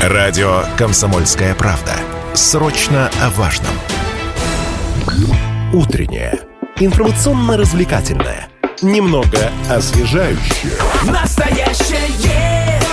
Радио «Комсомольская правда». Срочно о важном. Утреннее. Информационно-развлекательное. Немного освежающее. Настоящее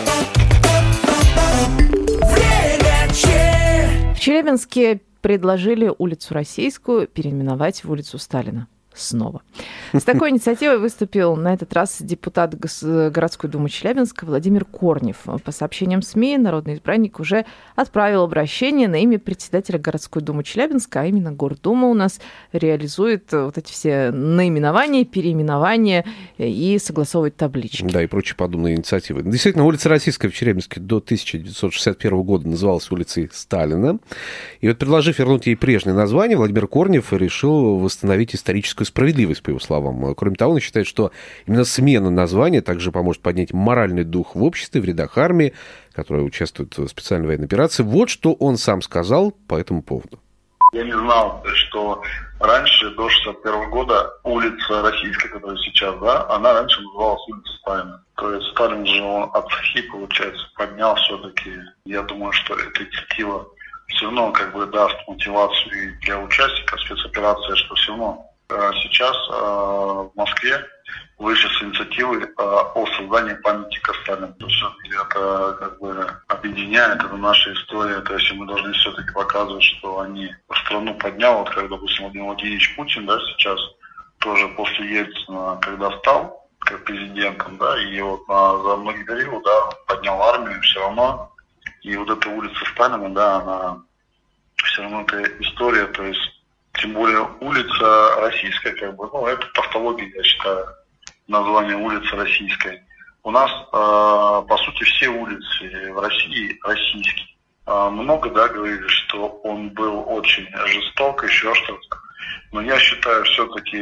время Че. В Челябинске предложили улицу Российскую переименовать в улицу Сталина. Снова. С такой инициативой выступил на этот раз депутат городской думы Челябинска Владимир Корнев. По сообщениям СМИ, народный избранник уже отправил обращение на имя председателя городской думы Челябинска, а именно Гордума у нас реализует вот эти все наименования, переименования и согласовывает таблички. Да, и прочие подобные инициативы. Действительно, улица Российская в Челябинске до 1961 года называлась улицей Сталина. И вот, предложив вернуть ей прежнее название, Владимир Корнев решил восстановить историческую справедливость, по его словам. Кроме того, он считает, что именно смена названия также поможет поднять моральный дух в обществе, в рядах армии, которая участвует в специальной военной операции. Вот что он сам сказал по этому поводу. Я не знал, что раньше, до 1961 года, улица Российская, которая сейчас, да, она раньше называлась улицей Сталина. То есть Сталин же он от сахи, получается, поднял все-таки. Я думаю, что эта инициатива все равно даст мотивацию для участников спецоперации, что все равно сейчас в Москве вышли с инициативы о создании памятника Сталину. Это объединяет, это наша история. То есть мы должны все-таки показывать, что они страну поднял, как, допустим, Владимир Владимирович Путин, да, сейчас тоже после Ельцина, когда стал как президентом, да, и вот за многие периоды, да, поднял армию, все равно. И вот эта улица Сталина, да, она все равно это история, то есть тем более улица Российская, это тавтология, я считаю, название улицы Российской. У нас, по сути, все улицы в России российские. Много, да, говорили, что он был очень жесток, еще что-то. Но я считаю, все-таки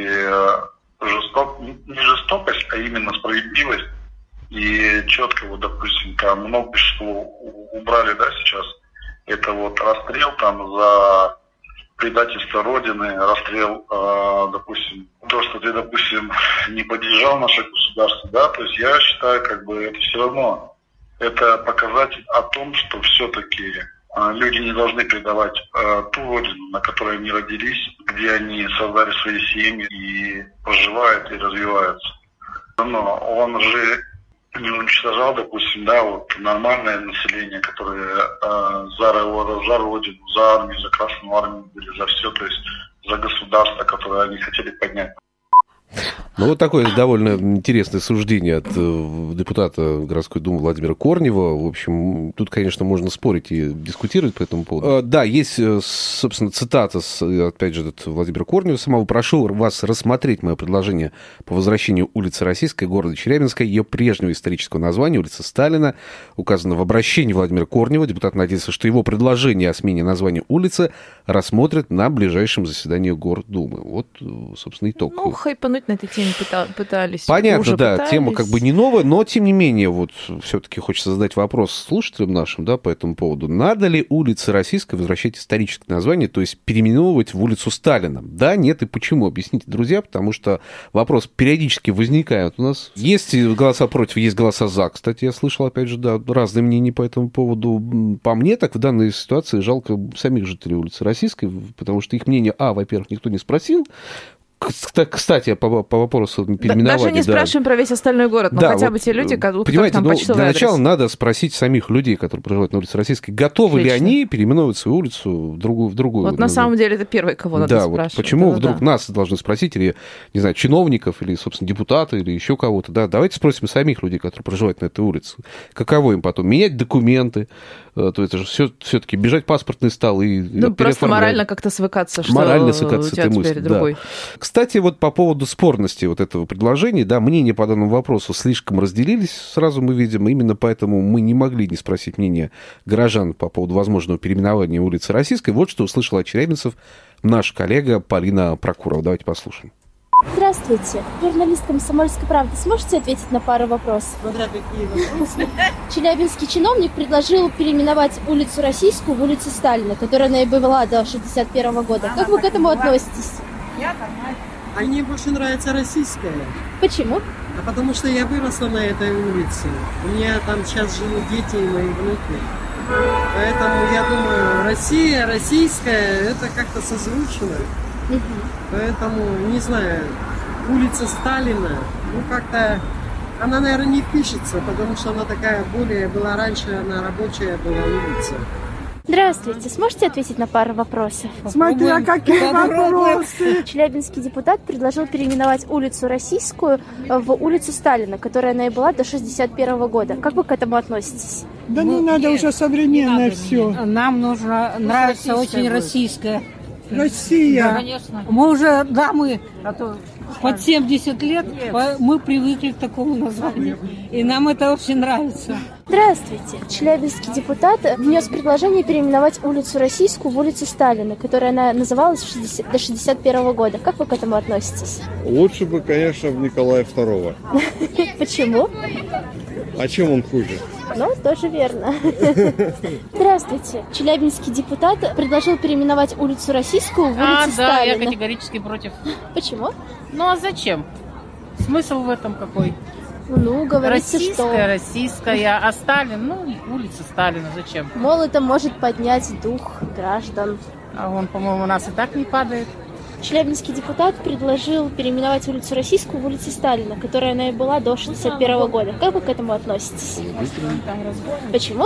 не жестокость, а именно справедливость. И четко, вот, допустим, там много что убрали, да, сейчас. Это вот расстрел там за предательство Родины, расстрел, допустим, то, что ты, допустим, не поддержал наше государство, да, то есть я считаю, это все равно, это показатель о том, что все-таки люди не должны предавать ту Родину, на которой они родились, где они создали свои семьи и проживают и развиваются. Но он же не уничтожал, допустим, да, вот нормальное население, которое за Родину, за армию, за Красную армию были, за все, то есть за государство, которое они хотели поднять. Ну, вот такое довольно интересное суждение от депутата городской думы Владимира Корнева. В общем, тут, конечно, можно спорить и дискутировать по этому поводу. Да, есть, собственно, цитата, опять же, от Владимира Корнева самого. «Прошу вас рассмотреть мое предложение по возвращению улицы Российской, города Челябинска, ее прежнего исторического названия, улица Сталина, указано в обращении Владимира Корнева. Депутат надеется, что его предложение о смене названия улицы рассмотрят на ближайшем заседании Гордумы». Вот, собственно, итог. Ну, хайпануть на этой теме пытались. Понятно, да, тема не новая, но, тем не менее, вот все-таки хочется задать вопрос слушателям нашим, да, по этому поводу. Надо ли улице Российской возвращать историческое название, то есть переименовывать в улицу Сталина? Да, нет и почему? Объясните, друзья, потому что вопрос периодически возникает у нас. Есть голоса против, есть голоса за. Кстати, я слышал, опять же, да, разные мнения по этому поводу. По мне, так в данной ситуации жалко самих жителей улицы Российской, потому что их мнение, во-первых, никто не спросил. Кстати, по вопросу переименования... Даже не спрашиваем про весь остальной город, но да, хотя бы те люди, у которых там почтовый для адрес. начала надо спросить самих людей, которые проживают на улице Российской, готовы ли они переименовывать свою улицу в другую. Вот на самом деле это первое, кого надо спрашивать. Вот почему вдруг нас должны спросить, или, не знаю, чиновников, или, собственно, депутата, или еще кого-то. Да, давайте спросим самих людей, которые проживают на этой улице. Каково им потом? Менять документы, то это же все-таки бежать в паспортный стол и просто морально как-то свыкаться, что морально свыкаться у тебя теперь мыслью, другой. Да. Кстати, вот по поводу спорности вот этого предложения, да, мнения по данному вопросу слишком разделились, сразу мы видим, именно поэтому мы не могли не спросить мнение горожан по поводу возможного переименования улицы Российской. Вот что услышала от челябинцев наш коллега Полина Прокурова. Давайте послушаем. Здравствуйте. Журналист «Комсомольской правды». Сможете ответить на пару вопросов? Смотря какие вопросы. Челябинский чиновник предложил переименовать улицу Российскую в улицу Сталина, которая она и была до 1961 года. Как вы к этому относитесь? Я нормально. А мне больше нравится Российская. Почему? Потому что я выросла на этой улице. У меня там сейчас живут дети и мои внуки. Поэтому я думаю, Россия, российская, это как-то созвучно. Поэтому, не знаю, улица Сталина, ну как-то, она, наверное, не впишется, потому что она такая более, была раньше, она рабочая была улица. Здравствуйте, сможете ответить на пару вопросов? Смотря какие вопросы. Челябинский депутат предложил переименовать улицу Российскую в улицу Сталина, которая она и была до 1961 года. Как вы к этому относитесь? Да не надо уже современное все. Нам нравится очень российская. Россия. Да, конечно. Мы уже дамы под 70 лет, мы привыкли к такому названию. И нам это очень нравится. Здравствуйте. Челябинский депутат внес предложение переименовать улицу Российскую в улицу Сталина, которая она называлась до 1961 года. Как вы к этому относитесь? Лучше бы, конечно, в Николая II. Почему? А чем он хуже? Ну, тоже верно. Здравствуйте. Челябинский депутат предложил переименовать улицу Российскую в улицу Сталина. Да, я категорически против. Почему? Ну, а зачем? Смысл в этом какой? Ну, говорится, Российская, а Сталин, улица Сталина, зачем? Мол, это может поднять дух граждан. А он, по-моему, у нас и так не падает. Челябинский депутат предложил переименовать улицу Российскую в улицу Сталина, которая она и была до 1961 года. Как вы к этому относитесь? Почему?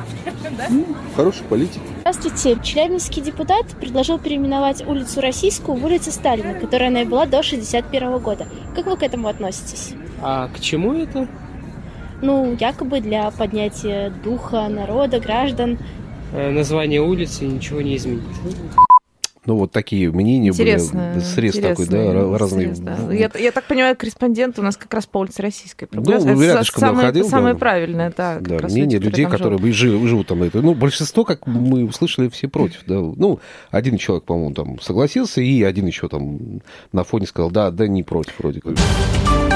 Хороший политик. Здравствуйте. Челябинский депутат предложил переименовать улицу Российскую в улицу Сталина, которая она и была до 1961 года. Как вы к этому относитесь? А к чему это? Ну, якобы для поднятия духа народа, граждан. Название улицы ничего не изменит. Ну, вот такие мнения интересно, были. Срез такой, да, разные. Срез, да. Я так понимаю, корреспондент у нас как раз по улице Российской. Ну, рядышком находил. Самое правильное, да. Да, мнение людей, которые живут там. Ну, большинство, как мы услышали, все против. Да. Ну, один человек, по-моему, там согласился, и один еще там на фоне сказал, да, не против вроде как.